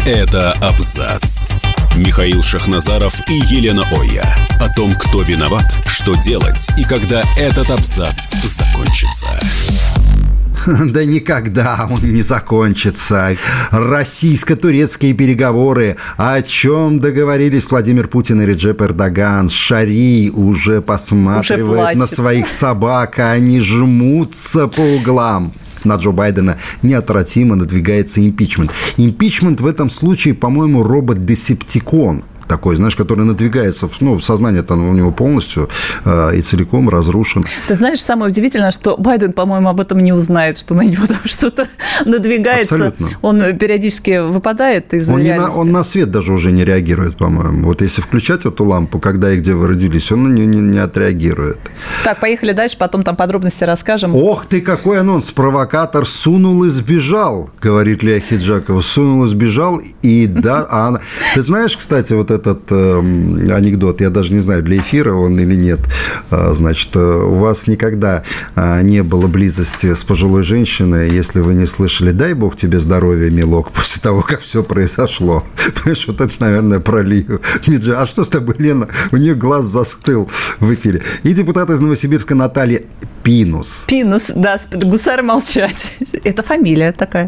Это «Абзац». Михаил Шахназаров и Елена Оя. О том, кто виноват, что делать и когда этот абзац закончится. Да никогда он не закончится. Российско-турецкие переговоры. О чем договорились Владимир Путин и Реджеп Эрдоган? Шарий уже посматривает на своих собак, а они жмутся по углам. На Джо Байдена неотвратимо надвигается импичмент. Импичмент в этом случае, по-моему, робот-десептикон. Такой, знаешь, который надвигается, сознание-то у него полностью и целиком разрушено. Ты знаешь, самое удивительное, что Байден, по-моему, об этом не узнает, что на него там что-то надвигается. Абсолютно. Он периодически выпадает из реальности. Он на свет даже уже не реагирует, по-моему. Вот если включать эту лампу, когда и где вы родились, он на нее не отреагирует. Так, поехали дальше, потом там подробности расскажем. Ох ты, какой анонс! Провокатор сунул и сбежал, говорит Лия Хиджакова. Сунул и сбежал, и да... Ты знаешь, кстати, вот этот анекдот, я даже не знаю, для эфира он или нет. Значит, у вас никогда не было близости с пожилой женщиной, если вы не слышали «дай бог тебе здоровья, милок», после того, как все произошло. Понимаешь, вот это, наверное, про Лию. А что с тобой, Лена? У нее глаз застыл в эфире. И депутат из Новосибирска Наталья Пинус. Пинус, да, гусары молчать. Это фамилия такая.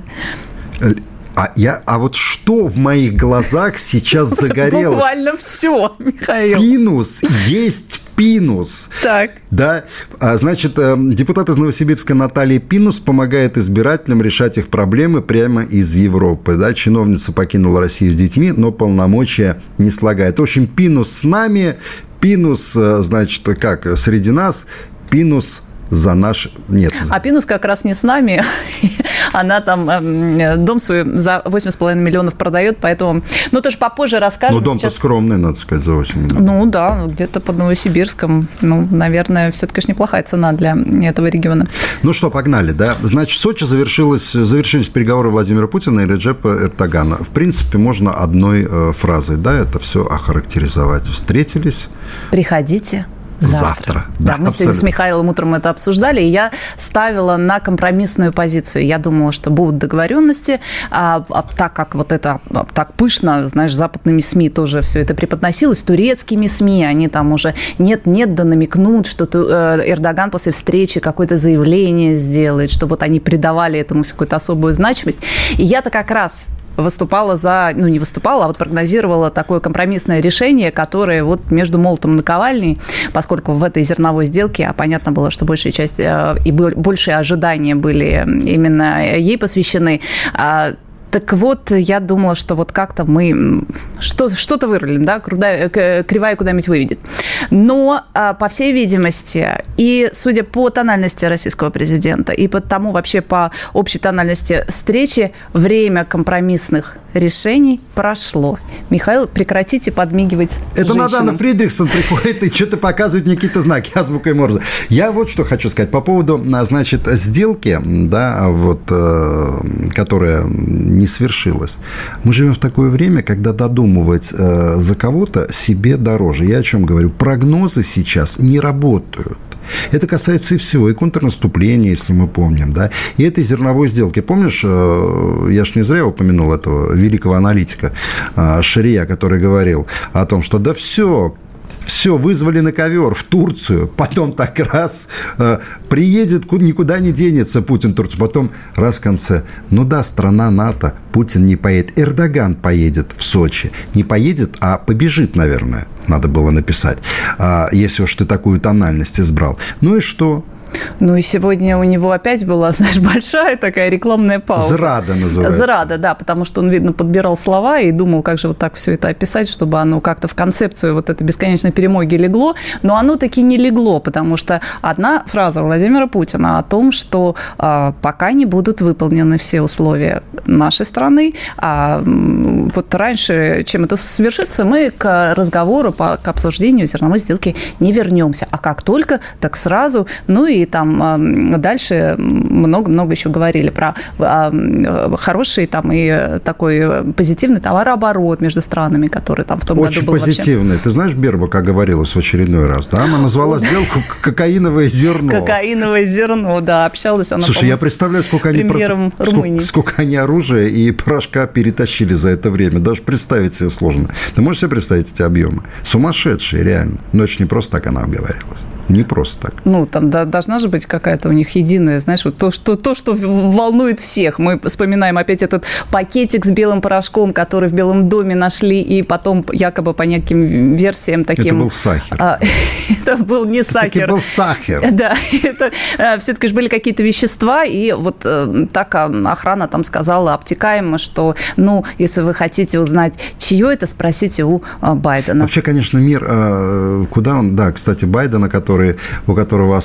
А вот что в моих глазах сейчас загорелось? Буквально все, Михаил. Пинус есть Пинус. Так. Да, значит, депутат из Новосибирска Наталья Пинус помогает избирателям решать их проблемы прямо из Европы. Да, чиновница покинула Россию с детьми, но полномочия не слагает. В общем, Пинус с нами, Пинус, значит, как среди нас, Пинус за наш... Нет. А Пинус как раз не с нами. Она там дом свой за 8,5 миллионов продает, поэтому... Ну, тоже попозже расскажем. Ну, дом-то скромный, надо сказать, за 8 миллионов. Ну, да, где-то под Новосибирском. Ну, наверное, все-таки ж неплохая цена для этого региона. Ну что, погнали, да? Значит, в Сочи завершились переговоры Владимира Путина и Реджепа Эрдогана. В принципе, можно одной фразой, да, это все охарактеризовать. Встретились. Приходите. Завтра. Да, мы сегодня с Михаилом утром это обсуждали, и я ставила на компромиссную позицию. Я думала, что будут договоренности, так как вот это так пышно, знаешь, западными СМИ тоже все это преподносилось, турецкими СМИ, они там уже нет-нет, да намекнут, что Эрдоган после встречи какое-то заявление сделает, что вот они придавали этому какую-то особую значимость. И я-то как раз выступала не выступала, а вот прогнозировала такое компромиссное решение, которое вот между молотом и наковальней, поскольку в этой зерновой сделке, понятно было, что большая часть и большие ожидания были именно ей посвящены. Так вот, я думала, что вот как-то мы что-то вырулим, да, кривая куда-нибудь выведет. Но, по всей видимости, и судя по тональности российского президента, и по тому вообще по общей тональности встречи, время компромиссных решений прошло. Михаил, прекратите подмигивать Это женщинам. Надана Фридрихсон приходит и что-то показывает мне какие-то знаки, азбукой Морзе. Я вот что хочу сказать по поводу, значит, сделки, да, вот, которая не свершилась. Мы живем в такое время, когда додумывать за кого-то себе дороже. Я о чем говорю? Прогнозы сейчас не работают. Это касается и всего, и контрнаступления, если мы помним, да, и этой зерновой сделки. Помнишь, я ж не зря упомянул этого великого аналитика Шария, который говорил о том, что да все, вызвали на ковер в Турцию, потом так раз приедет, никуда не денется Путин в Турцию, потом раз в конце, ну да, страна НАТО, Путин не поедет, Эрдоган поедет в Сочи, не поедет, а побежит, наверное, надо было написать, если уж ты такую тональность избрал. Ну и что? Ну и сегодня у него опять была, знаешь, большая такая рекламная пауза. Зрада называется. Зрада, да, потому что он, видно, подбирал слова и думал, как же вот так все это описать, чтобы оно как-то в концепцию вот этой бесконечной перемоги легло. Но оно таки не легло, потому что одна фраза Владимира Путина о том, что пока не будут выполнены все условия нашей страны, вот раньше, чем это свершится, мы к разговору, к обсуждению зерновой сделки не вернемся. А как только, так сразу, ну и и там дальше много-много еще говорили про хороший там и такой позитивный товарооборот между странами, который там в том очень году был позитивный. Вообще... Ты знаешь, Берба, как говорилась в очередной раз, да? Она назвала сделку «кокаиновое зерно». Кокаиновое зерно, да. Общалась она, слушай, я представляю, сколько они оружия и порошка перетащили за это время. Даже представить себе сложно. Ты можешь себе представить эти объемы? Сумасшедшие, реально. Но это же не просто так она обговаривалась. Не просто так. Ну, там должна же быть какая-то у них единая, знаешь, вот то, что волнует всех. Мы вспоминаем опять этот пакетик с белым порошком, который в Белом доме нашли, и потом якобы по неким версиям таким... Это был сахар. Это был не сахар. Это был сахар. Да, это все-таки же были какие-то вещества, и вот так охрана там сказала обтекаемо, что, ну, если вы хотите узнать, чье это, спросите у Байдена. Вообще, конечно, мир... Куда он... Да, кстати, Байдена, у которого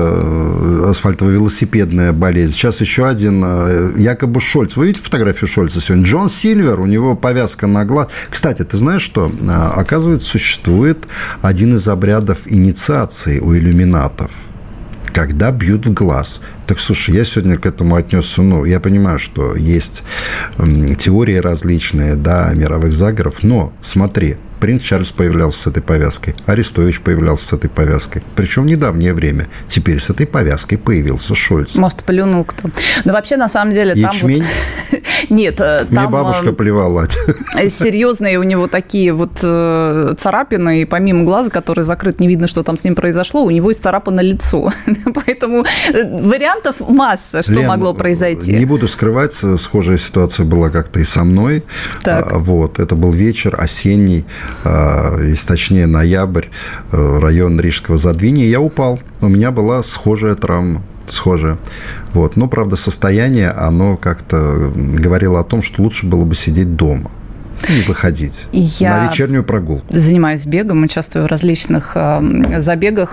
асфальтово-велосипедная болезнь. Сейчас еще один, якобы Шольц. Вы видите фотографию Шольца сегодня? Джон Сильвер, у него повязка на глаз. Кстати, ты знаешь, что, оказывается, существует один из обрядов инициации у иллюминатов, когда бьют в глаз. Так, слушай, я сегодня к этому отнесся, я понимаю, что есть теории различные, да, мировых заговоров, но смотри, принц Чарльз появлялся с этой повязкой, Арестович появлялся с этой повязкой, причем в недавнее время. Теперь с этой повязкой появился Шольц. Может, плюнул кто. Но вообще, на самом деле, ячмень? Там... Нет, там... Мне бабушка плевала. Серьезные у него такие вот царапины, и помимо глаза, который закрыт, не видно, что там с ним произошло, у него исцарапано лицо. Поэтому вариантов масса, что могло произойти. Не буду скрывать, схожая ситуация была как-то и со мной. Вот, это был вечер осенний, если точнее ноябрь, район Рижского Задвинья, я упал. У меня была схожая травма. Схожее. Вот. Но, правда, состояние, оно как-то говорило о том, что лучше было бы сидеть дома. Не выходить на вечернюю прогулку. Занимаюсь бегом, участвую в различных забегах.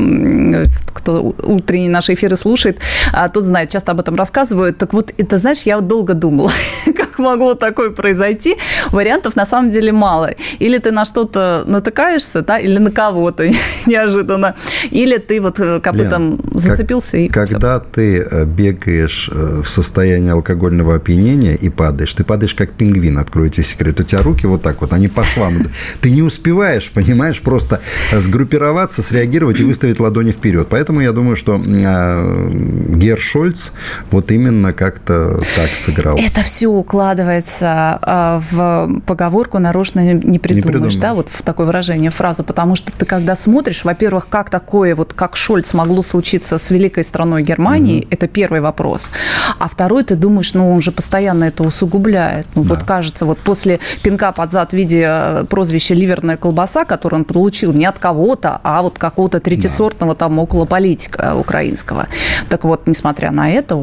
Кто утренние наши эфиры слушает, тот знает, часто об этом рассказывают. Так вот, это, знаешь, я долго думала, как могло такое произойти. Вариантов на самом деле мало. Или ты на что-то натыкаешься, да, или на кого-то неожиданно, или ты вот копытом зацепился. Когда ты бегаешь в состоянии алкогольного опьянения и падаешь, ты падаешь как пингвин, открою тебе секрет. У тебя руки вот так вот, они по швам. Ты не успеваешь, понимаешь, просто сгруппироваться, среагировать и выставить ладони вперед. Поэтому я думаю, что Герр Шольц вот именно как-то так сыграл. Это все укладывается в поговорку «нарочно не придумаешь», да, вот в такое выражение, фразу, потому что ты когда смотришь, во-первых, как такое, вот как Шольц могло случиться с великой страной Германии, это первый вопрос. А второй, ты думаешь, он же постоянно это усугубляет. Вот кажется, вот после пинка под зад в виде прозвища «ливерная колбаса», который он получил не от кого-то, а вот какого-то третьесортного там около политика украинского. Так вот, несмотря на это,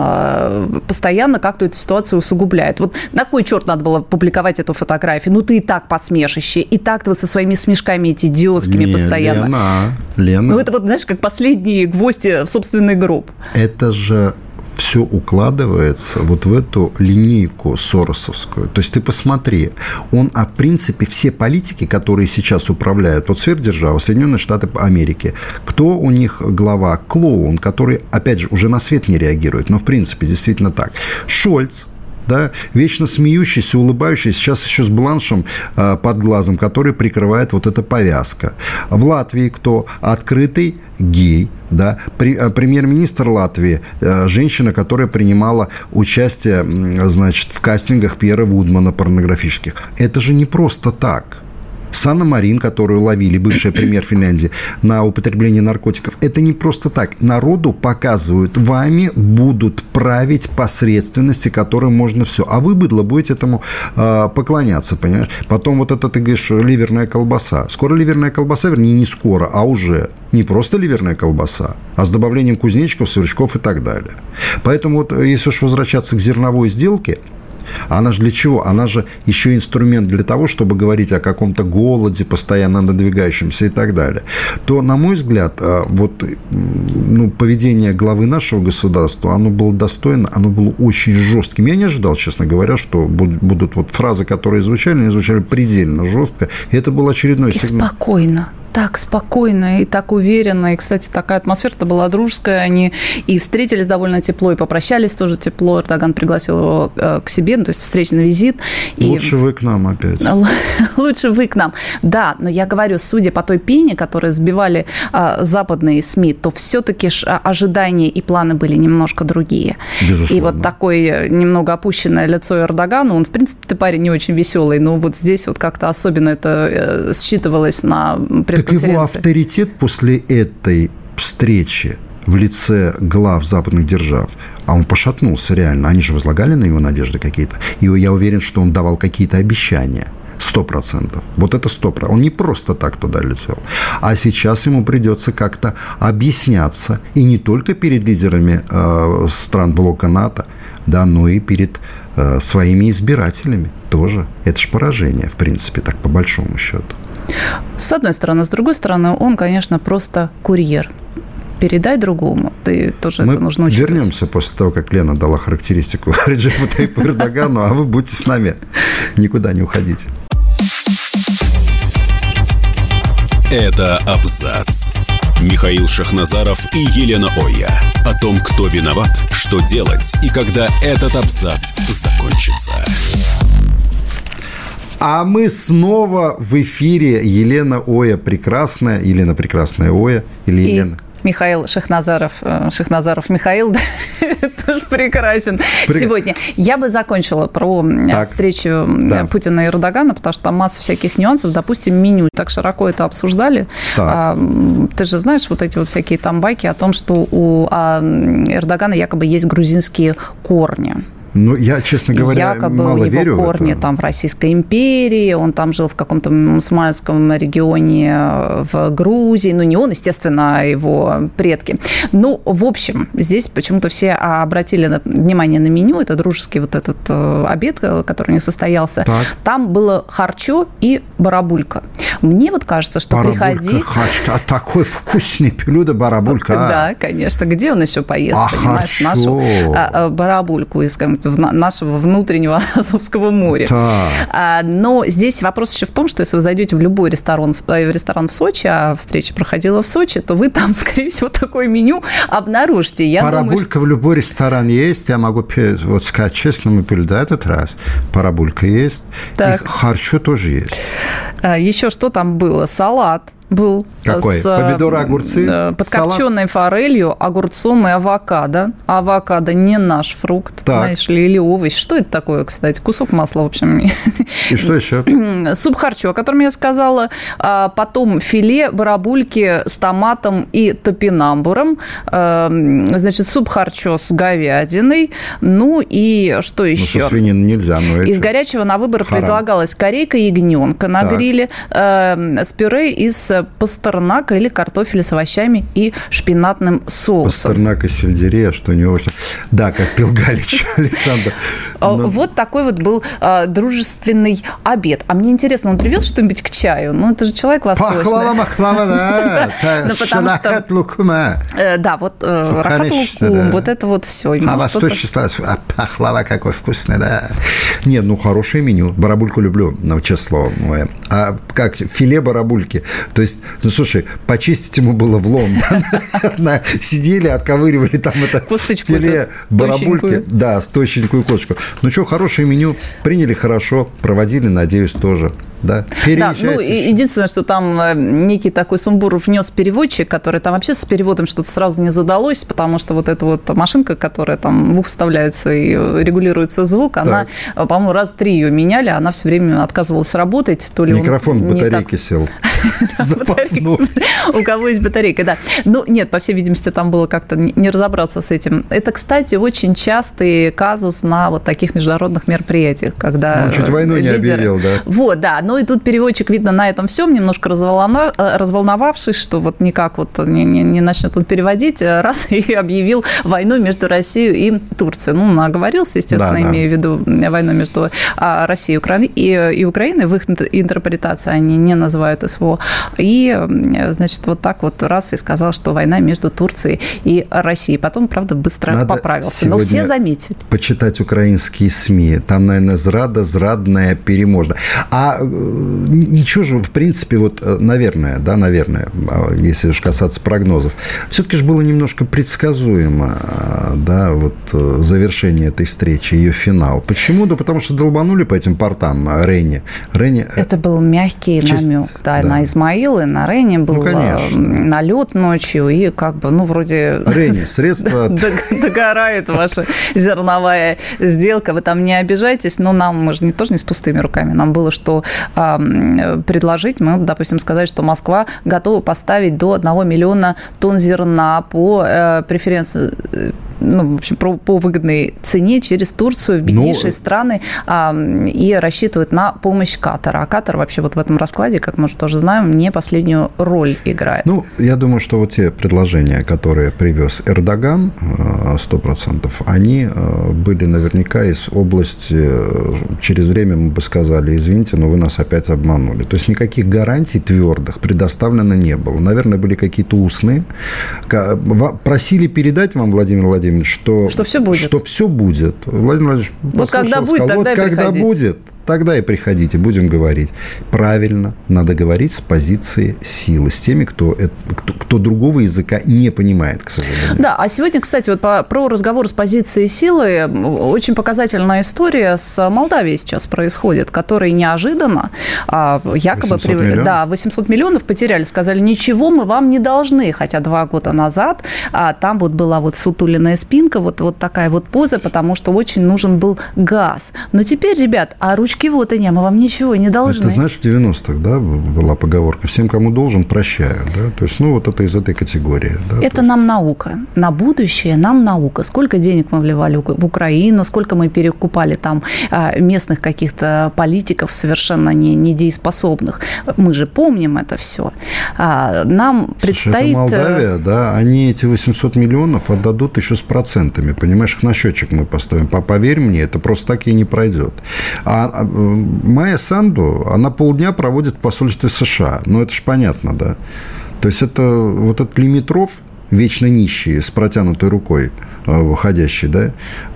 он постоянно как-то эту ситуацию усугубляет. Вот на кой черт надо было публиковать эту фотографию? Ты и так посмешище, и так ты вот со своими смешками эти идиотскими постоянно. Лена. Это вот, знаешь, как последние гвозди в собственный гроб. Это же все укладывается вот в эту линейку соросовскую. То есть ты посмотри, в принципе, все политики, которые сейчас управляют вот сверхдержавы, Соединенные Штаты Америки, кто у них глава? Клоун, который, опять же, уже на свет не реагирует, но в принципе действительно так. Шольц, да, вечно смеющийся, улыбающийся, сейчас еще с бланшем под глазом, который прикрывает вот эта повязка. В Латвии кто? Открытый гей, да, премьер-министр Латвии, женщина, которая принимала участие, значит, в кастингах Пьера Вудмана порнографических. Это же не просто так. Санна Марин, которую ловили, бывшая премьер Финляндии, на употребление наркотиков. Это не просто так. Народу показывают, вами будут править посредственности, которым можно все. А вы, быдло, будете этому поклоняться, понимаешь? Потом вот это, ты говоришь, ливерная колбаса. Скоро ливерная колбаса, вернее, не скоро, а уже. Не просто ливерная колбаса, а с добавлением кузнечиков, сверчков и так далее. Поэтому вот, если уж возвращаться к зерновой сделке, она же для чего? Она же еще инструмент для того, чтобы говорить о каком-то голоде, постоянно надвигающемся и так далее. То, на мой взгляд, вот, поведение главы нашего государства, оно было достойно, оно было очень жестким. Я не ожидал, честно говоря, что будут вот фразы, которые звучали, они звучали предельно жестко. И это был очередной сигнал. Спокойно. так спокойно и так уверенно. И, кстати, такая атмосфера-то была дружеская. Они и встретились довольно тепло, и попрощались тоже тепло. Эрдоган пригласил его к себе, то есть встречный визит. Лучше вы к нам опять. Лучше вы к нам. Да, но я говорю, судя по той пене, которую сбивали западные СМИ, то все-таки ожидания и планы были немножко другие. Безусловно. И вот такое немного опущенное лицо Эрдогана, он, в принципе, парень не очень веселый, но вот здесь вот как-то особенно это считывалось на пресс-конференции. Так его авторитет после этой встречи в лице глав западных держав, а он пошатнулся реально. Они же возлагали на него надежды какие-то. И я уверен, что он давал какие-то обещания. 100%. Вот это 100%. Он не просто так туда летел. А сейчас ему придется как-то объясняться. И не только перед лидерами стран блока НАТО, да, но и перед своими избирателями тоже. Это же поражение, в принципе, так по большому счету. С одной стороны. С другой стороны, он, конечно, просто курьер. Передай другому. Ты тоже это нужно учитывать. Мы вернемся после того, как Лена дала характеристику Реджепу Тайипу Эрдогану, а вы будьте с нами. Никуда не уходите. Это «Абзац». Михаил Шахназаров и Елена Оя. О том, кто виноват, что делать и когда этот абзац закончится. А мы снова в эфире. Елена Оя прекрасная. Елена прекрасная Оя. Или Елена... Михаил Шахназаров. Шахназаров Михаил тоже прекрасен сегодня. Я бы закончила про встречу Путина и Эрдогана, потому что там масса всяких нюансов. Допустим, меню. Так широко это обсуждали. Ты же знаешь вот эти вот всякие там байки о том, что у Эрдогана якобы есть грузинские корни. Ну, я, честно говоря, якобы мало верю в это. Его корни там в Российской империи, он там жил в каком-то мусульманском регионе в Грузии. Ну, не он, естественно, а его предки. Ну, в общем, здесь почему-то все обратили внимание на меню. Это дружеский вот этот обед, который у них состоялся. Так. Там было харчо и барабулька. Мне вот кажется, что барабулька, харчо, а такое вкусное блюдо барабулька. Да, конечно. Где он еще поест, понимаешь, нашу барабульку из нашего внутреннего Азовского моря. Да. Но здесь вопрос еще в том, что если вы зайдете в любой ресторан в Сочи, а встреча проходила в Сочи, то вы там, скорее всего, такое меню обнаружите. Парабулька в любой ресторан есть. Я могу вот сказать честно, мы пили до этот раз. Парабулька есть. Так. И харчо тоже есть. Еще что там было? Салат был. Какой? Помидоры, огурцы? Подкопченной форелью, огурцом и авокадо. Авокадо не наш фрукт, знаешь ли, или овощ. Что это такое, кстати? Кусок масла, в общем. И что еще? Суп харчо, о котором я сказала. Потом филе барабульки с томатом и топинамбуром. Значит, суп харчо с говядиной. Ну и что еще? Ну, со свининой нельзя. Из горячего на выбор предлагалась корейка ягненка на гриле с пюре из пастернака или картофеля с овощами и шпинатным соусом. Пастернак и сельдерей, а что не овощи. Да, как пил Галич Александр. Вот такой вот был дружественный обед. А мне интересно, он привез что-нибудь к чаю? Ну, это же человек восточный. Пахлава, да. Шанахат лукума. Да, вот рахат лукум, вот это вот все. А восточный пахлава какой вкусный, да. Нет, ну, хорошее меню. Барабульку люблю, честное слово. А как филе барабульки? То есть, ну, слушай, почистить ему было влом. Сидели, отковыривали там это филе барабульки. Да, тощенькую косточку. Ну, что, хорошее меню. Приняли хорошо, проводили, надеюсь, тоже. Да, да, ну, единственное, что там некий такой сумбур внес переводчик, который там вообще с переводом что-то сразу не задалось, потому что вот эта вот машинка, которая там в ухо вставляется и регулируется звук, она, по-моему, раз 3 ее меняли, она все время отказывалась работать. То ли микрофон в батарейке сел. Запасной. У кого есть батарейка, да. Ну, нет, по всей видимости, там было как-то не разобраться с этим. Это, кстати, очень частый казус на вот таких международных мероприятиях, когда он чуть войну не объявил, да. Вот, да. Ну, и тут переводчик, видно, на этом всем немножко разволновавшись, что вот никак вот не начнет он переводить, раз и объявил войну между Россией и Турцией. Ну, оговорился, естественно, имея в виду войну между Россией и Украиной. В их интерпретации они не называют СВО. И, значит, вот так вот раз и сказал, что война между Турцией и Россией. Потом, правда, быстро поправился. Но все заметили. Почитать украинские СМИ. Там, наверное, зрада, зрадная, переможна. А ничего же, в принципе, вот, наверное, если уж касаться прогнозов, все-таки же было немножко предсказуемо, да, вот завершение этой встречи, ее финал. Почему? Да потому что долбанули по этим портам Рейни. Это был мягкий намек, да, на Измаил и на Рейни был налет ночью, и как бы, вроде... Рейни, средства... Догорает ваша зерновая сделка, вы там не обижайтесь, но мы же тоже не с пустыми руками, нам было что предложить. Мы, допустим, сказали, что Москва готова поставить до 1 миллиона тонн зерна по преференции, в общем, по выгодной цене через Турцию в беднейшие страны и рассчитывают на помощь Катара. А Катар вообще вот в этом раскладе, как мы уже тоже знаем, не последнюю роль играет. Я думаю, что вот те предложения, которые привез Эрдоган, 100%, они были наверняка из области, через время мы бы сказали, извините, но вы нас опять обманули. То есть никаких гарантий твердых предоставлено не было. Наверное, были какие-то устные. Просили передать вам, Владимир Владимирович, что все будет. Что все будет. Владимир Владимирович, вот когда будет, сказал, тогда когда будет, тогда и приходите, будем говорить. Правильно, надо говорить с позиции силы, с теми, кто другого языка не понимает, к сожалению. Да, а сегодня, кстати, вот про разговор с позиции силы очень показательная история с Молдавией сейчас происходит, которая неожиданно якобы... 800 миллионов потеряли, сказали, ничего мы вам не должны, хотя 2 года назад там вот была вот сутулиная спинка, вот такая вот поза, потому что очень нужен был газ. Но теперь, ребят, ручки вот и не, мы вам ничего не должны. Это, знаешь, в 90-х, да, была поговорка, всем, кому должен, прощаю, да, то есть, вот это из этой категории. Да, это нам наука, на будущее нам наука. Сколько денег мы вливали в Украину, сколько мы перекупали там местных каких-то политиков совершенно недееспособных. Мы же помним это все. Нам предстоит... Это Молдавия, да, они эти 800 миллионов отдадут еще с процентами, понимаешь, их на счетчик мы поставим. Поверь мне, это просто так и не пройдет. Майя Санду, она полдня проводит в посольстве США. Это ж понятно, да. То есть, это вот этот Лимитров, вечно нищий, с протянутой рукой, выходящий, да,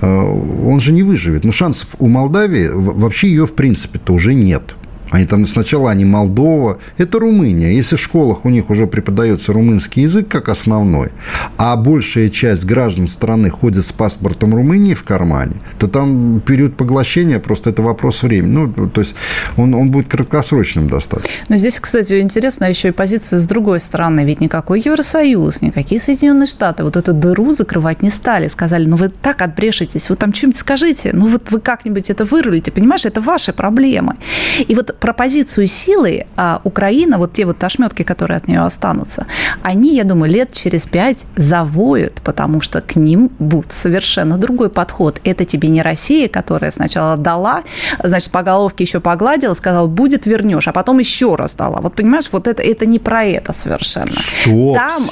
он же не выживет. Шансов у Молдавии, вообще ее, в принципе-то, уже нет. Сначала они Молдова, это Румыния. Если в школах у них уже преподается румынский язык как основной, а большая часть граждан страны ходит с паспортом Румынии в кармане, то там период поглощения просто это вопрос времени. То есть он будет краткосрочным достаточно. Но здесь, кстати, интересна еще и позиция с другой стороны. Ведь никакой Евросоюз, никакие Соединенные Штаты вот эту дыру закрывать не стали. Сказали, вы так отбрешетесь, вы там что-нибудь скажите, вы как-нибудь это вырулите, понимаешь, это ваши проблемы. И вот про позицию силы Украина, вот те вот ошметки, которые от нее останутся, они, я думаю, лет через 5 завоют, потому что к ним будет совершенно другой подход. Это тебе не Россия, которая сначала дала, значит, по головке еще погладила, сказала, будет, вернешь, а потом еще раз дала. Вот понимаешь, вот это не про это совершенно. Стоп, там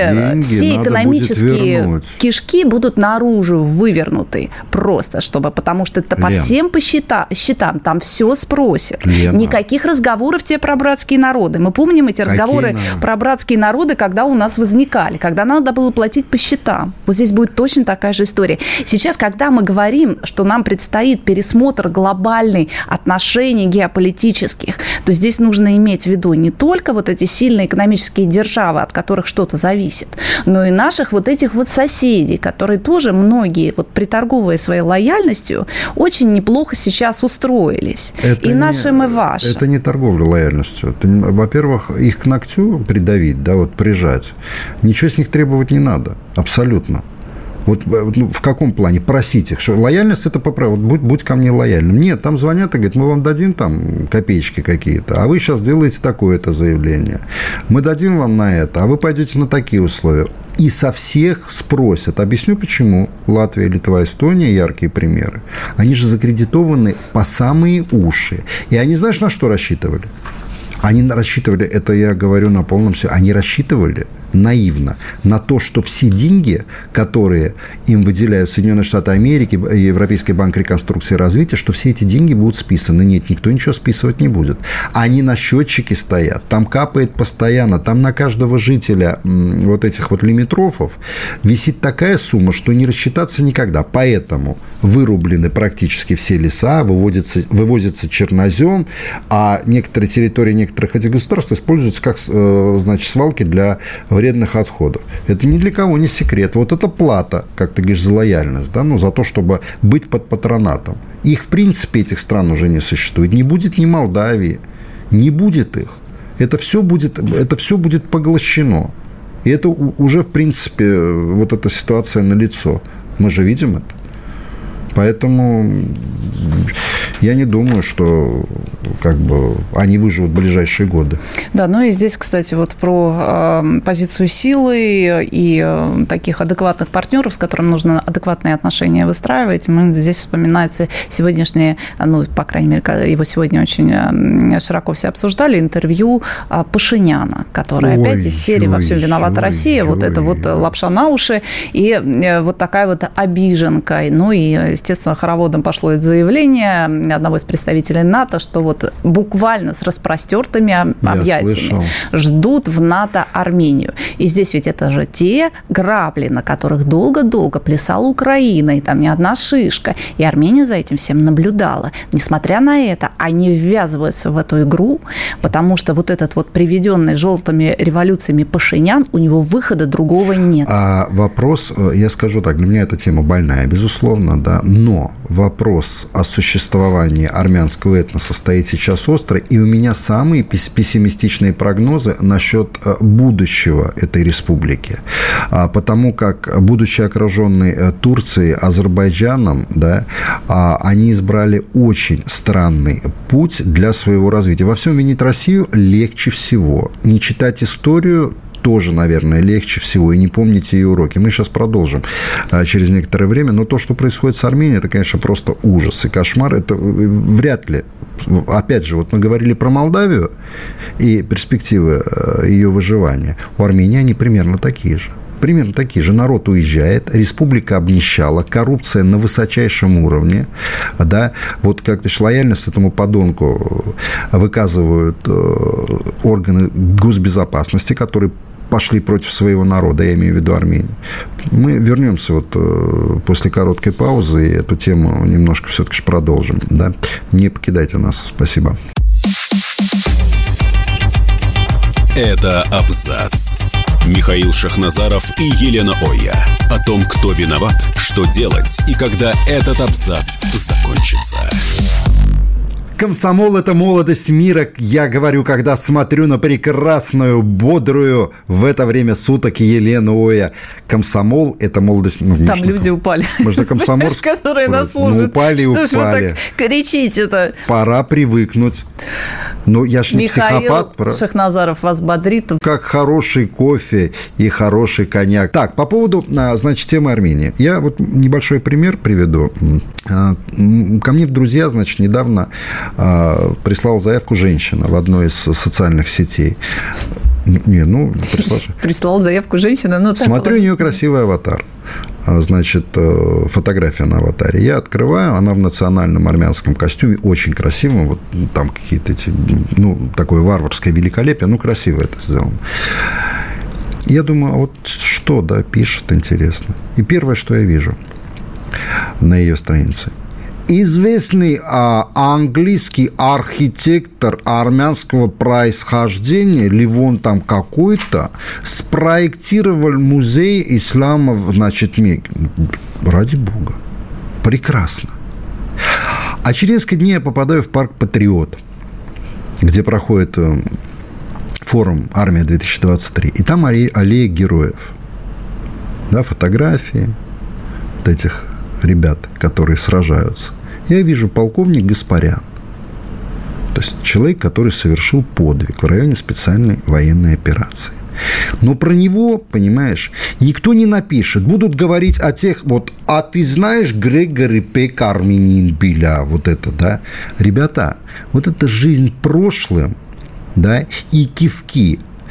все экономические кишки будут наружу вывернуты просто, потому что это по всем по счетам там все спросят. Никаких разговоров тебе про братские народы. Мы помним эти разговоры про братские народы, когда у нас возникали, когда надо было платить по счетам. Вот здесь будет точно такая же история. Сейчас, когда мы говорим, что нам предстоит пересмотр глобальный отношений геополитических, то здесь нужно иметь в виду не только вот эти сильные экономические державы, от которых что-то зависит, но и наших вот этих вот соседей, которые тоже многие, вот приторговывая своей лояльностью, очень неплохо сейчас устроились. И нашим, и вашим. Это не торговля лояльностью. Во-первых, их к ногтю придавить, да, вот прижать. Ничего с них требовать не надо. Абсолютно. Вот в каком плане? Просить их, что лояльность – это по праву. Будь ко мне лояльным. Нет, там звонят и говорят, мы вам дадим там копеечки какие-то, а вы сейчас делаете такое-то заявление. Мы дадим вам на это, а вы пойдете на такие условия. И со всех спросят. Объясню, почему. Латвия, Литва, Эстония – яркие примеры. Они же закредитованы по самые уши. И они, знаешь, на что рассчитывали? Они рассчитывали, это я говорю на полном серьезе, они рассчитывали наивно на то, что все деньги, которые им выделяют Соединенные Штаты Америки, Европейский банк реконструкции и развития, что все эти деньги будут списаны. Нет, никто ничего списывать не будет. Они на счетчике стоят, там капает постоянно, там на каждого жителя вот этих вот лимитрофов висит такая сумма, что не рассчитаться никогда. Поэтому вырублены практически все леса, вывозится чернозем, а некоторые территории некоторых этих государств используются как, значит, свалки для вредных отходов. Это ни для кого не секрет. Вот это плата, как ты говоришь, за лояльность, да, ну, за то, чтобы быть под патронатом. Их, в принципе, этих стран уже не существует. Не будет ни Молдавии, не будет их. Это все будет поглощено. И это уже, в принципе, вот эта ситуация налицо. Мы же видим это. Поэтому я не думаю, что как бы они выживут в ближайшие годы. Да, ну и здесь, кстати, вот про позицию силы и таких адекватных партнеров, с которыми нужно адекватные отношения выстраивать. Здесь вспоминается сегодняшнее, ну, по крайней мере, его сегодня очень широко все обсуждали, интервью Пашиняна, который опять из серии «Во всем виновата Россия», вот это вот лапша на уши и вот такая вот обиженка. Ну и, естественно, хороводом пошло это заявление одного из представителей НАТО, что вот буквально с распростертыми объятиями ждут в НАТО Армению. И здесь ведь это же те грабли, на которых долго-долго плясала Украина, и там не одна шишка. И Армения за этим всем наблюдала. Несмотря на это, они ввязываются в эту игру, потому что вот этот вот приведенный желтыми революциями Пашинян, у него выхода другого нет. А вопрос, я скажу так, для меня эта тема больная, безусловно, да, но вопрос о существовании армянского этноса стоит сейчас остро, и у меня самые пессимистичные прогнозы насчет будущего этой республики. Потому как, будучи окруженной Турцией, Азербайджаном, да, они избрали очень странный путь для своего развития. Во всем винить Россию легче всего. Не читать историю тоже, наверное, легче всего, и не помните ее уроки. Мы сейчас продолжим через некоторое время, но то, что происходит с Арменией, это, конечно, просто ужас и кошмар. Это вряд ли. Опять же, вот мы говорили про Молдавию и перспективы ее выживания. У Армении они примерно такие же. Примерно такие же. Народ уезжает, республика обнищала, коррупция на высочайшем уровне. Да? Вот как-то лояльность этому подонку выказывают органы госбезопасности, которые пошли против своего народа, я имею в виду Армению. Мы вернемся вот после короткой паузы и эту тему немножко все-таки продолжим. Да? Не покидайте нас. Спасибо. Это «Абзац». Михаил Шахназаров и Елена Оя. О том, кто виноват, что делать и когда этот абзац закончится. Комсомол – это молодость мира, я говорю, когда смотрю на прекрасную, бодрую в это время суток Елену Оя. Комсомол – это молодость... Ну, там люди упали. Можно комсомольские... которые нас слушают. Упали и упали. Что ж вы так кричите-то? Пора привыкнуть. Ну, я ж не психопат. Михаил Шахназаров вас бодрит. Как хороший кофе и хороший коньяк. Так, по поводу, значит, темы Армении. Я вот небольшой пример приведу. Ко мне в друзья, значит, недавно прислала заявку женщина в одной из социальных сетей. Прислала заявку женщина? Смотрю, у нее красивый аватар. Значит, фотография на аватаре. Я открываю, она в национальном армянском костюме, очень красивом, вот там какие-то эти, такое варварское великолепие, красиво это сделано. Я думаю, а вот что, да, пишет, интересно. И первое, что я вижу на ее странице. Известный английский архитектор армянского происхождения, Левон там какой-то, спроектировал музей ислама, значит, ради бога. Прекрасно. А через несколько дней я попадаю в парк «Патриот», где проходит форум «Армия-2023». И там аллея героев. Да, фотографии вот этих ребят, которые сражаются. Я вижу полковник Гаспарян. То есть человек, который совершил подвиг в районе специальной военной операции. Но про него, понимаешь, никто не напишет. Будут говорить о тех, а ты знаешь Грегори Пек Армянин Биля, вот это, да? Ребята, вот это жизнь прошлым, да, и кивки.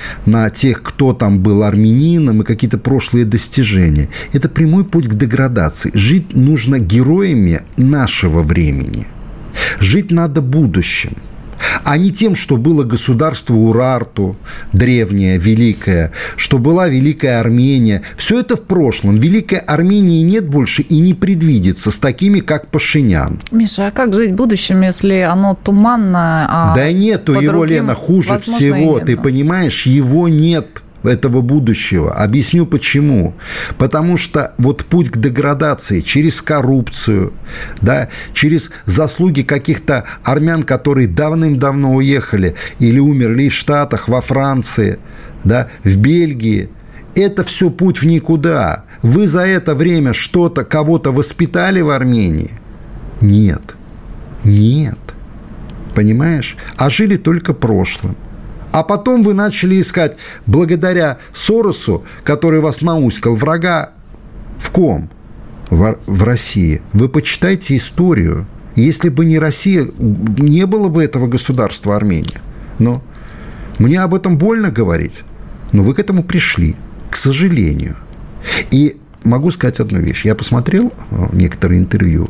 на тех, кто там был армянином и какие-то прошлые достижения. Это прямой путь к деградации. Жить нужно героями нашего времени. Жить надо будущим, а не тем, что было государство Урарту, древнее, великое, что была Великая Армения. Все это в прошлом. Великой Армении нет больше и не предвидится с такими, как Пашинян. Миша, а как жить будущим, если оно туманно? Да нету его, Лена, хуже всего. Ты понимаешь, его нет. Этого будущего. Объясню почему. Потому что вот путь к деградации через коррупцию, да, через заслуги каких-то армян, которые давным-давно уехали или умерли в Штатах, во Франции, да, в Бельгии, это все путь в никуда. Вы за это время что-то, кого-то воспитали в Армении? Нет. Нет. Понимаешь? А жили только прошлым. А потом вы начали искать, благодаря Соросу, который вас науськал, врага в ком? В России. Вы почитайте историю. Если бы не Россия, не было бы этого государства Армения. Но мне об этом больно говорить, но вы к этому пришли, к сожалению. И могу сказать одну вещь. Я посмотрел некоторые интервью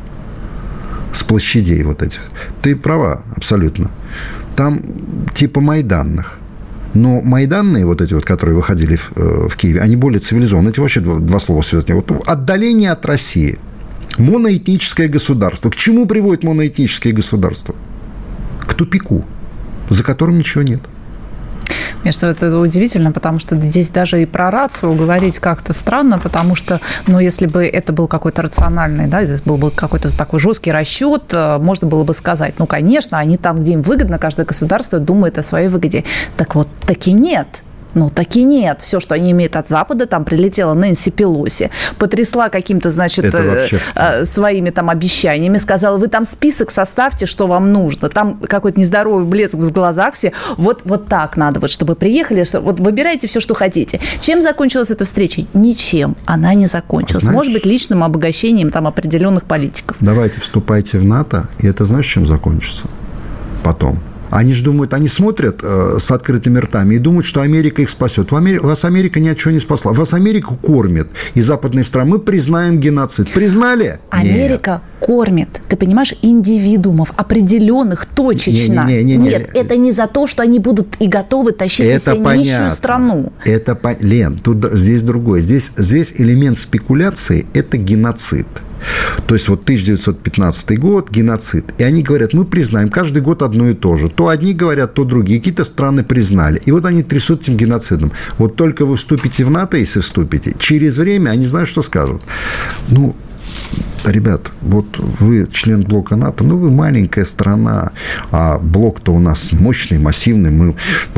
с площадей вот этих. Ты права, абсолютно. Там типа майданных. Но майданные, вот эти вот, которые выходили в Киеве, они более цивилизованные. Эти вообще два слова связаны. Вот отдаление от России. Моноэтническое государство. К чему приводит моноэтническое государство? К тупику, за которым ничего нет. Мне что это удивительно, потому что здесь даже и про рацию говорить как-то странно, потому что, ну, если бы это был какой-то рациональный, да, это был бы какой-то такой жесткий расчет, можно было бы сказать, ну, конечно, они там, где им выгодно, каждое государство думает о своей выгоде. Так вот, таки нет. Ну, таки нет. Все, что они имеют от Запада, там прилетела Нэнси Пелоси, потрясла каким-то, значит, своими там обещаниями, сказала, вы там список составьте, что вам нужно. Там какой-то нездоровый блеск в глазах все. Вот так надо, вот, чтобы приехали, вот выбирайте все, что хотите. Чем закончилась эта встреча? Ничем. Она не закончилась. Знаешь, может быть, личным обогащением там определенных политиков. Давайте вступайте в НАТО, и это знаешь, чем закончится? Потом. Они же думают, они смотрят с открытыми ртами и думают, что Америка их спасет. Вас Америка ни от чего не спасла. Вас Америка кормит. И западные страны, мы признаем геноцид. Признали? Америка кормит, ты понимаешь, индивидуумов определенных точечно. Нет, это не за то, что они будут и готовы тащить на себя нищую страну. Лен, здесь другое. Здесь элемент спекуляции – это геноцид. То есть, вот 1915 год, геноцид. И они говорят, мы признаем каждый год одно и то же. То одни говорят, то другие. Какие-то страны признали. И вот они трясут этим геноцидом. Вот только вы вступите в НАТО, если вступите, через время они знают, что скажут. Ну, ребят, вот вы член блока НАТО, ну, вы маленькая страна, а блок-то у нас мощный, массивный. Мы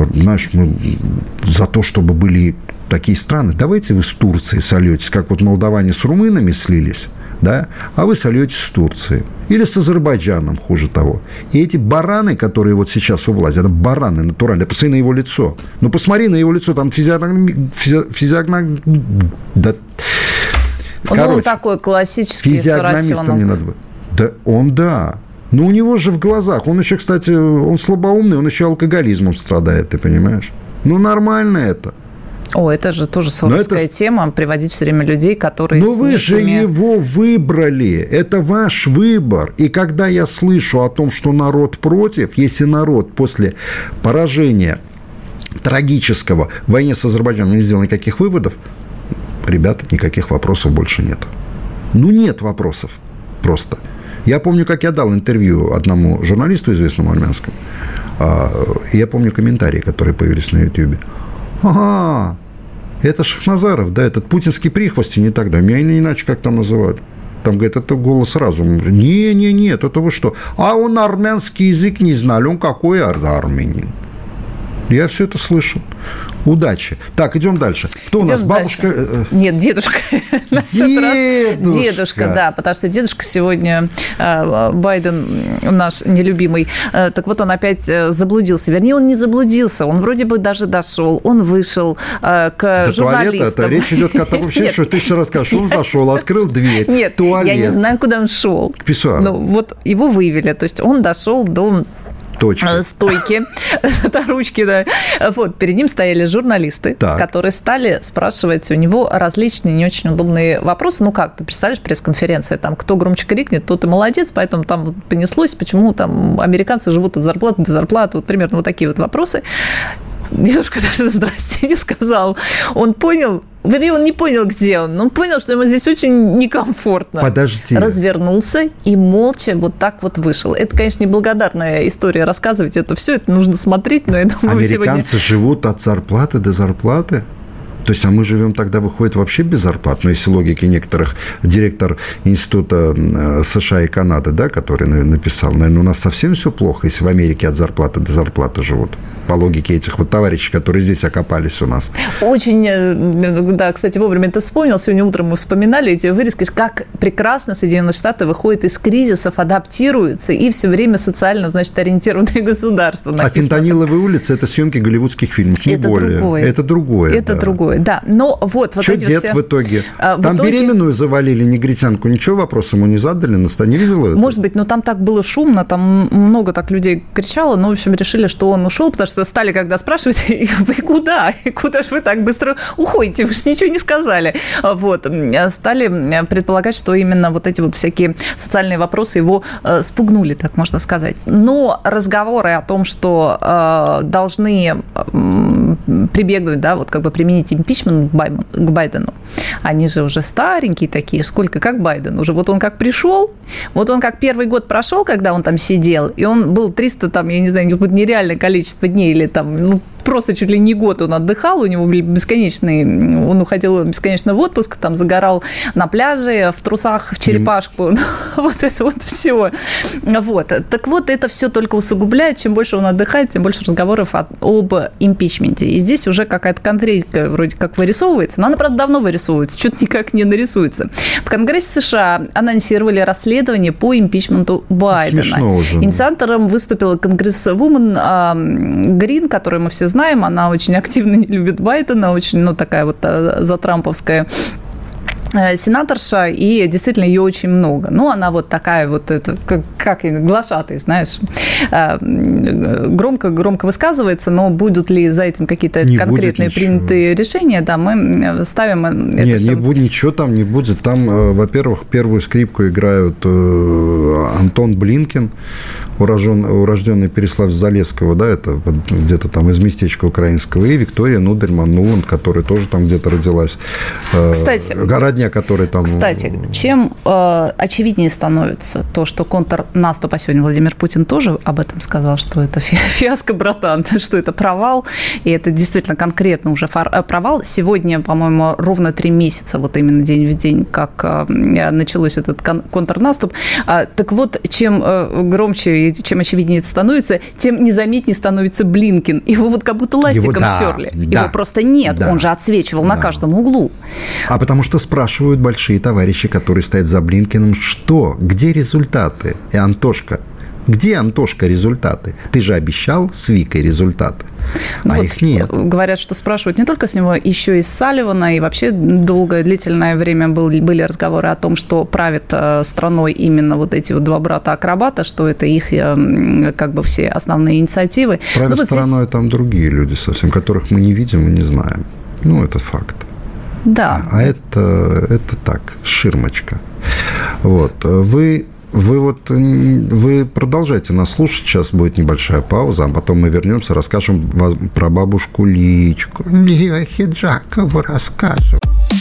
за то, чтобы были такие страны. Давайте вы с Турцией солетесь, как вот молдаване с румынами слились. Да? А вы сольетесь с Турцией. Или с Азербайджаном, хуже того. И эти бараны, которые вот сейчас у власти, это бараны натуральные. Посмотри на его лицо. Ну, посмотри на его лицо. Там да. Он такой классический физиогномистом не надо быть. Да, да. Но у него же в глазах. Он еще, кстати, он слабоумный, он еще алкоголизмом страдает, ты понимаешь? Ну, нормально это. О, это же тоже соросская тема, приводить все время людей, которые... Но вы же его выбрали, это ваш выбор. И когда я слышу о том, что народ против, если народ после поражения трагического в войне с Азербайджаном не сделал никаких выводов, ребята, никаких вопросов больше нет. Ну, нет вопросов просто. Я помню, как я дал интервью одному журналисту известному армянскому. Я помню комментарии, которые появились на Ютьюбе. Ага, это Шахназаров, да, этот путинский прихвостень не тогда. Меня не иначе как там называют. Там, говорит, это голос разума. Нет, это вы что? А он армянский язык не знали, он какой армянин. Я все это слышу. Удачи. Так, идем дальше. Кто у нас? Бабушка? Нет, дедушка. Дедушка, да, потому что дедушка сегодня, Байден наш нелюбимый, так вот он опять заблудился. Вернее, он не заблудился, он вроде бы даже дошел, он вышел к журналистам. Речь идет о том, вообще, что ты еще расскажешь, он зашел, открыл дверь, нет, туалет. Я не знаю, куда он шел. К писсуару. Ну, вот его вывели, то есть он дошел до стойки, ручки, да. Вот, перед ним стояли журналисты, которые стали спрашивать у него различные не очень удобные вопросы. Ну как, ты представляешь, пресс-конференция, там, кто громче крикнет, тот и молодец, поэтому там понеслось, почему там американцы живут от зарплаты до зарплаты, вот примерно вот такие вот вопросы. Дедушка даже «здрасте» не сказал. Он понял, вернее, он не понял, где он, но он понял, что ему здесь очень некомфортно. Подожди. Развернулся и молча вот так вот вышел. Это, конечно, неблагодарная история рассказывать это все, это нужно смотреть, но я думаю, американцы живут от зарплаты до зарплаты? То есть, а мы живем тогда, выходит, вообще без зарплат. Но если логики некоторых, директор Института США и Канады, да, который написал, наверное, у нас совсем все плохо, если в Америке от зарплаты до зарплаты живут. По логике этих вот товарищей, которые здесь окопались у нас. Очень, да, кстати, вовремя ты вспомнил. Сегодня утром мы вспоминали эти вырезки, как прекрасно Соединенные Штаты выходят из кризисов, адаптируются и все время социально, значит, ориентированное государство. Написано. А «Фентаниловые улицы» – это съемки голливудских фильмов, не более. Это другое. Это другое, да. Но вот что эти дед все... в итоге? Там беременную завалили, негритянку, ничего вопроса ему не задали, не видела это? Может быть, но там так было шумно, там много так людей кричало, но, в общем, решили, что он ушел, потому что стали, когда спрашивать, вы куда? Куда же вы так быстро уходите? Вы же ничего не сказали. Вот. Стали предполагать, что именно вот эти вот всякие социальные вопросы его спугнули, так можно сказать. Но разговоры о том, что должны прибегнуть, да, вот как бы применить импичмент к Байдену, они же уже старенькие такие, сколько, как Байден уже. Вот он как пришел, вот он как первый год прошел, когда он там сидел, и он был 300, там, я не знаю, какое-то нереальное количество дней или там, ну, просто чуть ли не год он отдыхал, у него были бесконечные, он уходил бесконечно в отпуск, там загорал на пляже, в трусах, в черепашку, вот это вот все. Вот. Так вот, это все только усугубляет, чем больше он отдыхает, тем больше разговоров об импичменте. И здесь уже какая-то конкретика вроде как вырисовывается, но она, правда, давно вырисовывается, что-то никак не нарисуется. В Конгрессе США анонсировали расследование по импичменту Байдена. Смешно уже. Инициатором выступила конгрессвумен Грин, которую мы все знаем, она очень активно не любит Байдена, очень, ну, такая вот затрамповская сенаторша, и действительно ее очень много. Ну, она вот такая вот, это, как глашатый, знаешь, громко высказывается, но будут ли за этим какие-то конкретные принятые решения, да, мы ставим это все. Ничего там не будет. Там, во-первых, первую скрипку играют Антон Блинкен, урожденный Переславль-Залесского, да, это где-то там из местечка украинского, и Виктория Нудельман-Нуланд, которая тоже там где-то родилась. Кстати, который там... Кстати, чем очевиднее становится то, что контрнаступ, а сегодня Владимир Путин тоже об этом сказал, что это фиаско, братан, что это провал, и это действительно конкретно уже провал. Сегодня, по-моему, ровно 3 месяца, вот именно день в день, как началось этот контрнаступ. Так вот, чем громче и чем очевиднее это становится, тем незаметнее становится Блинкен. Его вот как будто ластиком стерли. Его просто нет, он же отсвечивал на каждом углу. А потому что спрашивают большие товарищи, которые стоят за Блинкеном, что, где результаты? И Антошка, где, Антошка, результаты? Ты же обещал с Викой результаты, а вот их нет. Говорят, что спрашивают не только с него, еще и с Салливана, и вообще долгое, длительное время были разговоры о том, что правят страной именно вот эти вот 2 брата-акробата, что это их как бы все основные инициативы. Правят страной там другие люди совсем, которых мы не видим и не знаем. Ну, это факт. Да. А это так, ширмочка. Вот. Вы продолжайте нас слушать. Сейчас будет небольшая пауза, а потом мы вернемся, расскажем вам про бабушку Личку. Мия Хиджакову расскажем.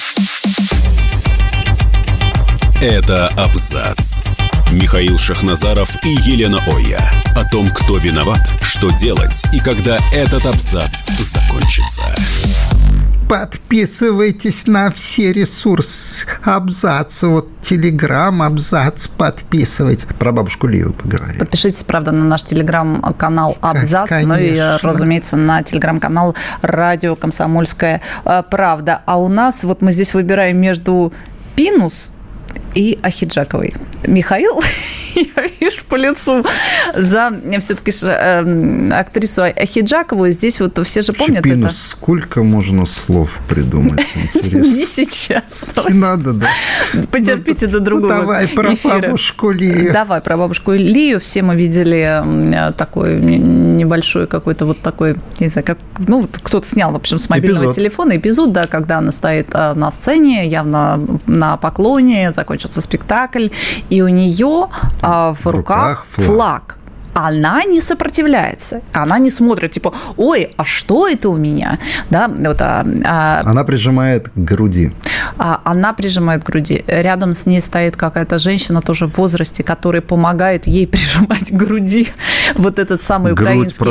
Это «Абзац». Михаил Шахназаров и Елена Оя. О том, кто виноват, что делать и когда этот абзац закончится. Подписывайтесь на все ресурсы «Абзац». Вот Телеграм «Абзац» подписывайтесь. Про бабушку Лию поговорим. Подпишитесь, правда, на наш Телеграм-канал «Абзац», ну и, разумеется, на Телеграм-канал «Радио Комсомольская правда». А у нас, вот мы здесь выбираем между Пинус и Ахиджаковой. Михаил, я вижу, по лицу за все-таки актрису Ахеджакову. Здесь вот все же помнят Чупина, это. Сколько можно слов придумать? Не сейчас. Не надо, да. Потерпите до другого эфира. Давай про бабушку Лию. Давай про бабушку Лию. Все мы видели такой небольшой какой-то вот такой, не знаю, как, ну, вот кто-то снял, в общем, с мобильного телефона эпизод, да, когда она стоит на сцене, явно на поклоне, закончился спектакль, и у нее в руках флаг. Она не сопротивляется, она не смотрит, типа, ой, а что это у меня? Да, вот, она прижимает к груди. Она прижимает к груди. Рядом с ней стоит какая-то женщина тоже в возрасте, которая помогает ей прижимать к груди вот этот самый украинский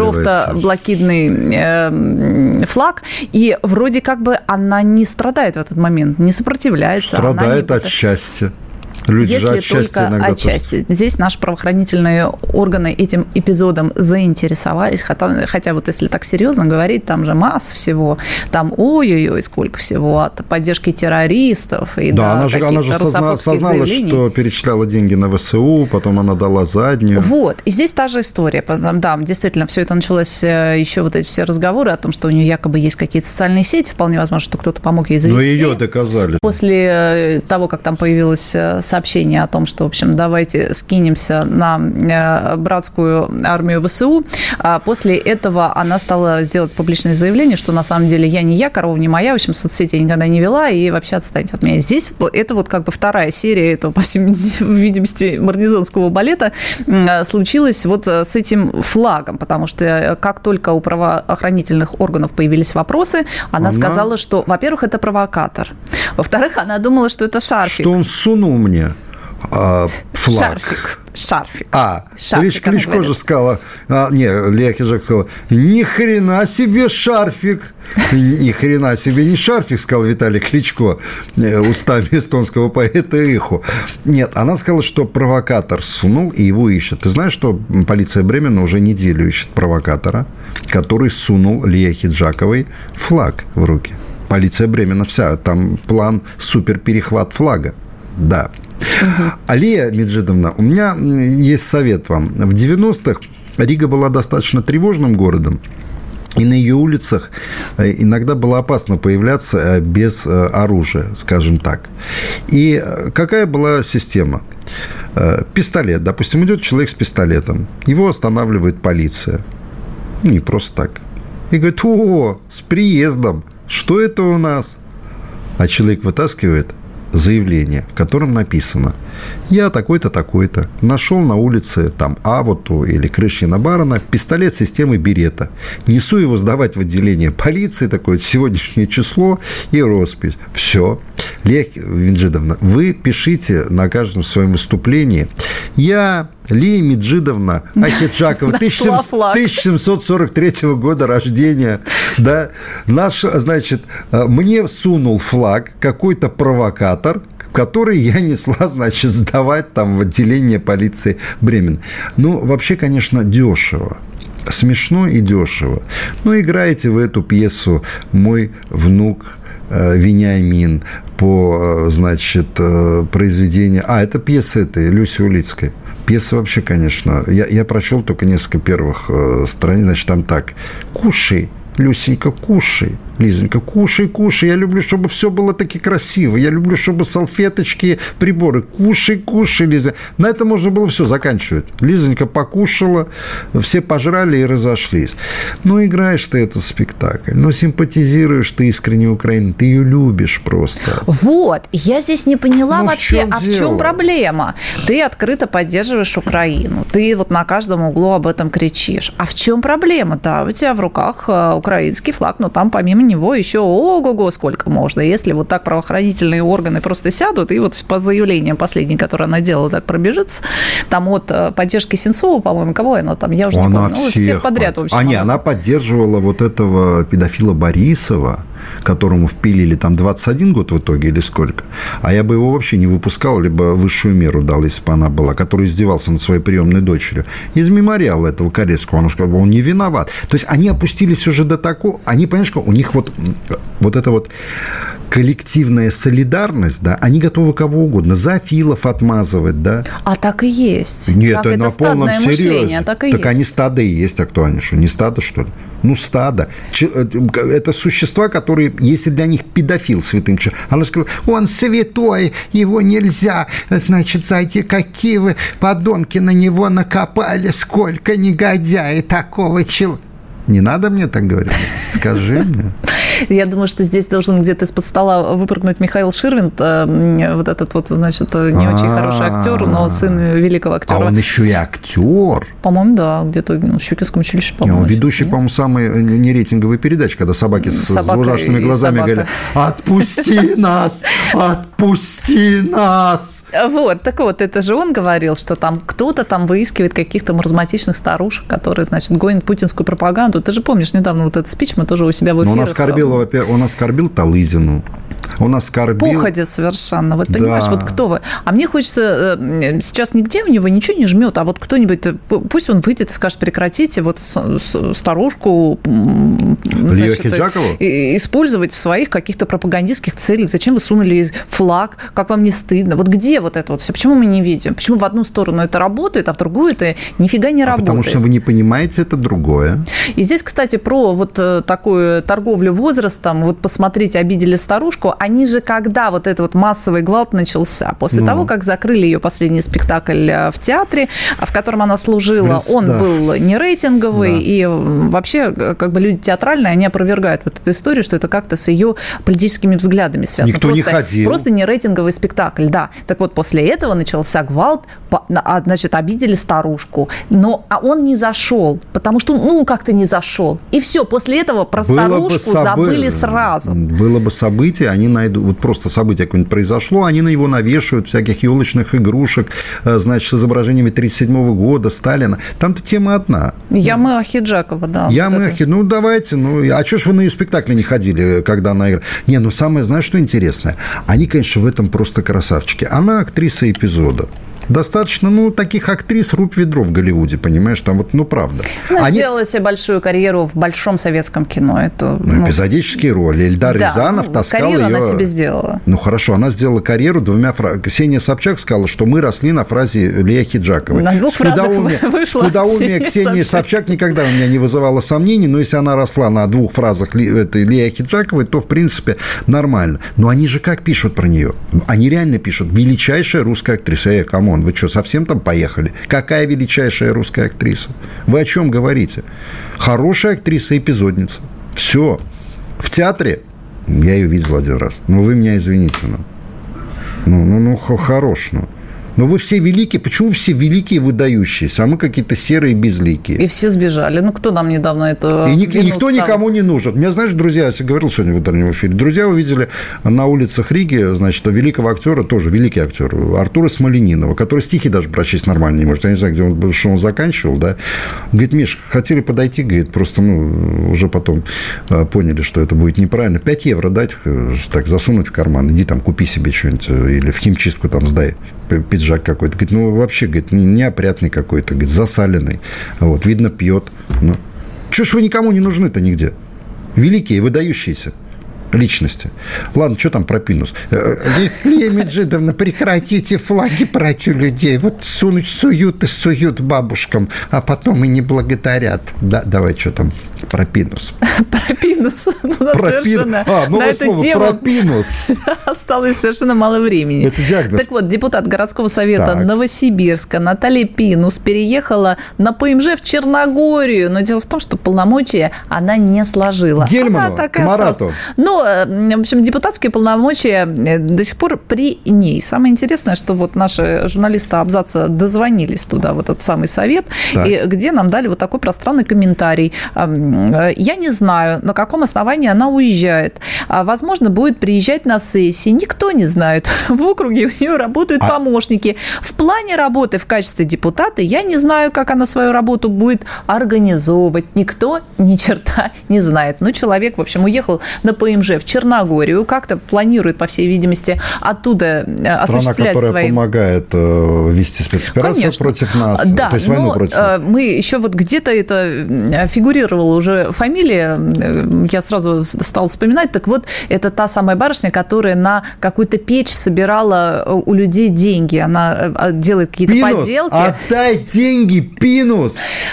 желто-блакитный флаг. И вроде как бы она не страдает в этот момент, не сопротивляется. Страдает от счастья. Люди если же от счастья только отчасти. Здесь наши правоохранительные органы этим эпизодом заинтересовались, хотя вот если так серьезно говорить, там же масса всего, там ой-ой-ой, сколько всего, от поддержки террористов и да, она же сознала, что перечисляла деньги на ВСУ, потом она дала заднюю. Вот, и здесь та же история. Да, действительно, все это началось еще вот эти все разговоры о том, что у нее якобы есть какие-то социальные сети, вполне возможно, что кто-то помог ей завести. Но ее доказали. После того, как там появилось сообщение о том, что, в общем, давайте скинемся на братскую армию ВСУ. После этого она стала делать публичное заявление, что на самом деле я не я, корова не моя, в общем, соцсети я никогда не вела, и вообще отстаньте от меня. Здесь это вот как бы вторая серия этого, по всей видимости, марлезонского балета случилась вот с этим флагом, потому что как только у правоохранительных органов появились вопросы, она сказала, что, во-первых, это провокатор, во-вторых, она думала, что это шарфик. Что он сунул мне флаг. Шарфик. Кличко же сказала, Лия Ахеджакова сказала, ни хрена себе шарфик. Ни хрена себе не шарфик, сказал Виталий Кличко устами эстонского поэта Иху. Нет, она сказала, что провокатор сунул и его ищет. Ты знаешь, что полиция Бремена уже неделю ищет провокатора, который сунул Лии Ахеджаковой флаг в руки. Полиция Бремена вся, там план суперперехват флага. Да. Алия Меджидовна, у меня есть совет вам. В 90-х Рига была достаточно тревожным городом, и на ее улицах иногда было опасно появляться без оружия, скажем так. И какая была система? Пистолет. Допустим, идет человек с пистолетом, его останавливает полиция. Не просто так. И говорит, с приездом, что это у нас? А человек вытаскивает заявление, в котором написано: я такой-то, такой-то, нашел на улице там Авоту или Крышина Барона пистолет системы Берета. Несу его сдавать в отделение полиции, такое сегодняшнее число и роспись. Все. Лия Меджидовна, вы пишите на каждом своем выступлении: я, Лия Меджидовна Ахеджакова, 1743 года рождения, да, значит, мне сунул флаг какой-то провокатор, который я несла, значит, сдавать там в отделение полиции Бремен. Ну, вообще, конечно, дешево. Смешно и дешево. Но играете в эту пьесу «Мой внук Вениамин» по, значит, произведению... это пьеса этой Люси Улицкой. Пьеса вообще, конечно... Я прочел только несколько первых страниц. Значит, там так: кушай, Люсенька, кушай. Лизонька, кушай, кушай. Я люблю, чтобы все было таки красиво. Я люблю, чтобы салфеточки, приборы. Кушай, кушай, Лиза. На этом можно было все заканчивать. Лизонька покушала, все пожрали и разошлись. Ну, играешь ты этот спектакль. Ну, симпатизируешь ты искренне Украине. Ты ее любишь просто. Вот. Я здесь не поняла вообще, в чем проблема? Ты открыто поддерживаешь Украину. Ты вот на каждом углу об этом кричишь. А в чем проблема? Да, у тебя в руках украинский флаг, но там помимо него еще ого-го сколько можно. Если вот так правоохранительные органы просто сядут и вот по заявлениям последней, которое она делала, так пробежится, там от поддержки Сенцова, по-моему, кого она там, я уже не помню. Всех подряд, в общем. Она поддерживала вот этого педофила Борисова, которому впилили там 21 год в итоге или сколько, а я бы его вообще не выпускал, либо высшую меру дал, если бы она была, который издевался над своей приемной дочерью. Из мемориала этого Корецкого он сказал, он не виноват. То есть они опустились уже до такого, они, понимаешь, у них вот эта вот коллективная солидарность, да, они готовы кого угодно, Зоофилов отмазывать, да. А так и есть. Нет, так это на полном серьезе. Так есть. Они стадо и есть, а кто они, что, не стадо, что ли? Ну, стадо. Это существа, которые, если для них педофил святым человеком, она сказала, он святой, его нельзя, значит, зайти, какие вы подонки на него накопали, сколько негодяй такого человека. Не надо мне так говорить, скажи мне. Я думаю, что здесь должен где-то из-под стола выпрыгнуть Михаил Ширвинд, вот этот вот, значит, не очень хороший актер, но сын великого актера. А он еще и актер? По-моему, да, где-то в Щукинском училище, по-моему. Ведущий, по-моему, самой нерейтинговой передачи, когда собаки с ужасными глазами говорят, отпусти нас, отпусти нас. Вот, так вот, это же он говорил, что там кто-то там выискивает каких-то маразматичных старушек, которые, значит, гонят путинскую пропаганду. Ты же помнишь, недавно вот этот спич мы тоже у себя в эфире. Он оскорбил Талызину. Он оскорбил... Походя совершенно. Вот понимаешь, вот кто вы? А мне хочется... Сейчас нигде у него ничего не жмет, а вот кто-нибудь... Пусть он выйдет и скажет, прекратите вот старушку... Лию Ахеджакову? Использовать в своих каких-то пропагандистских целях. Зачем вы сунули флаг? Как вам не стыдно? Вот где вот это вот все? Почему мы не видим? Почему в одну сторону это работает, а в другую это нифига не работает? Потому что вы не понимаете, это другое. И здесь, кстати, про вот такую торговлю возрастом, вот посмотрите, обидели старушку, они же, когда вот этот вот массовый гвалт начался, после того, как закрыли ее последний спектакль в театре, в котором она служила, он был не рейтинговый, и вообще, как бы люди театральные, они опровергают вот эту историю, что это как-то с ее политическими взглядами связано. Никто не ходил. Просто не рейтинговый спектакль, да. Так вот, после этого начался гвалт, значит, обидели старушку, но он не зашел, потому что, как-то не зашел. И все, после этого про старушку забыли сразу. Было бы событие, они найдут, вот просто событие какое-нибудь произошло, они на него навешивают всяких елочных игрушек, значит, с изображениями 1937 года, Сталина. Там-то тема одна. Ямы Ахеджакова, да. Ямы Ахеджакова, давайте, а что ж вы на ее спектакле не ходили, когда она играла? Не, самое, знаешь, что интересное? Они, конечно, в этом просто красавчики. Она актриса эпизода. Достаточно, таких актрис рубь ведро в Голливуде, понимаешь, там вот, правда. Она сделала себе большую карьеру в большом советском кино. Это, эпизодические роли. Эльдар Рязанов таскал карьеру ее... она себе сделала. Хорошо, она сделала карьеру двумя фразами. Ксения Собчак сказала, что мы росли на фразе Лии Ахеджаковой. На двух фразах вышла. Скудоумие Ксении Собчак никогда у меня не вызывало сомнений, но если она росла на двух фразах этой Лии Ахеджаковой, то, в принципе, нормально. Но они же как пишут про нее? Они реально пишут: величайшая русская актриса. Камон, вы что, совсем там поехали? Какая величайшая русская актриса? Вы о чем говорите? Хорошая актриса-эпизодница. Все. В театре я ее видел один раз. Вы меня извините. Хорош. Но вы все великие. Почему все великие выдающиеся, а мы какие-то серые безликие? И все сбежали. Кто нам недавно это... И никто никому не нужен. Меня, знаешь, друзья, я говорил сегодня в утреннем эфире, друзья увидели на улицах Риги, значит, великого актера, тоже великий актер, Артура Смоленинова, который стихи даже прочесть нормально не может. Я не знаю, где он, что он заканчивал, да. Говорит: Миш, хотели подойти, говорит, просто, уже потом поняли, что это будет неправильно. 5 евро дать, так, засунуть в карман. Иди там, купи себе что-нибудь, или в химчистку там сдай пиджак какой-то. Говорит, вообще, говорит, неопрятный какой-то, говорит, засаленный. Вот, видно, пьет. Чего ж вы никому не нужны-то нигде? Великие, выдающиеся личности. Ладно, что там про Пинус? Лия Меджидовна, прекратите флаги брать у людей. Вот суют бабушкам, а потом и не благодарят. Да, давай, что там про Пинус? Про Пинус. Новое слово про Пинус. Осталось совершенно мало времени. Это диагноз. Так вот, депутат городского совета Новосибирска Наталья Пинус переехала на ПМЖ в Черногорию. Но дело в том, что полномочия она не сложила. Гельману, к Марату. В общем, депутатские полномочия до сих пор при ней. Самое интересное, что вот наши журналисты Абзаца дозвонились туда, в этот самый совет, и где нам дали вот такой пространный комментарий. Я не знаю, на каком основании она уезжает. Возможно, будет приезжать на сессии. Никто не знает. В округе у нее работают помощники. В плане работы в качестве депутата я не знаю, как она свою работу будет организовывать. Никто ни черта не знает. Но человек, в общем, уехал на ПМЖ в Черногорию, как-то планирует, по всей видимости, оттуда осуществлять которая свои... помогает вести спецоперацию против нас, да, то есть войну против нас. Мы еще вот где-то это фигурировала уже фамилия, я сразу стала вспоминать, так вот, это та самая барышня, которая на какую-то печь собирала у людей деньги, она делает какие-то поделки. Отдай деньги, Пинус!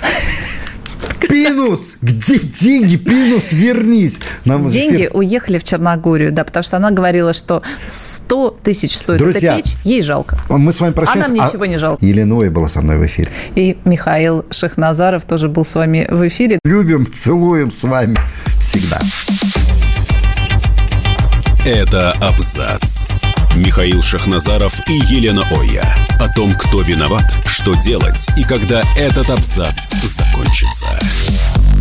Пинус! Где деньги? Пинус, вернись! Деньги уехали в Черногорию, да, потому что она говорила, что 100 тысяч стоит эта печь, ей жалко. Мы с вами прощаемся. А нам ничего не жалко. Елена Оя была со мной в эфире. И Михаил Шахназаров тоже был с вами в эфире. Любим, целуем с вами всегда. Это «Абзац». Михаил Шахназаров и Елена Оя. О том, кто виноват, что делать и когда этот абзац закончится.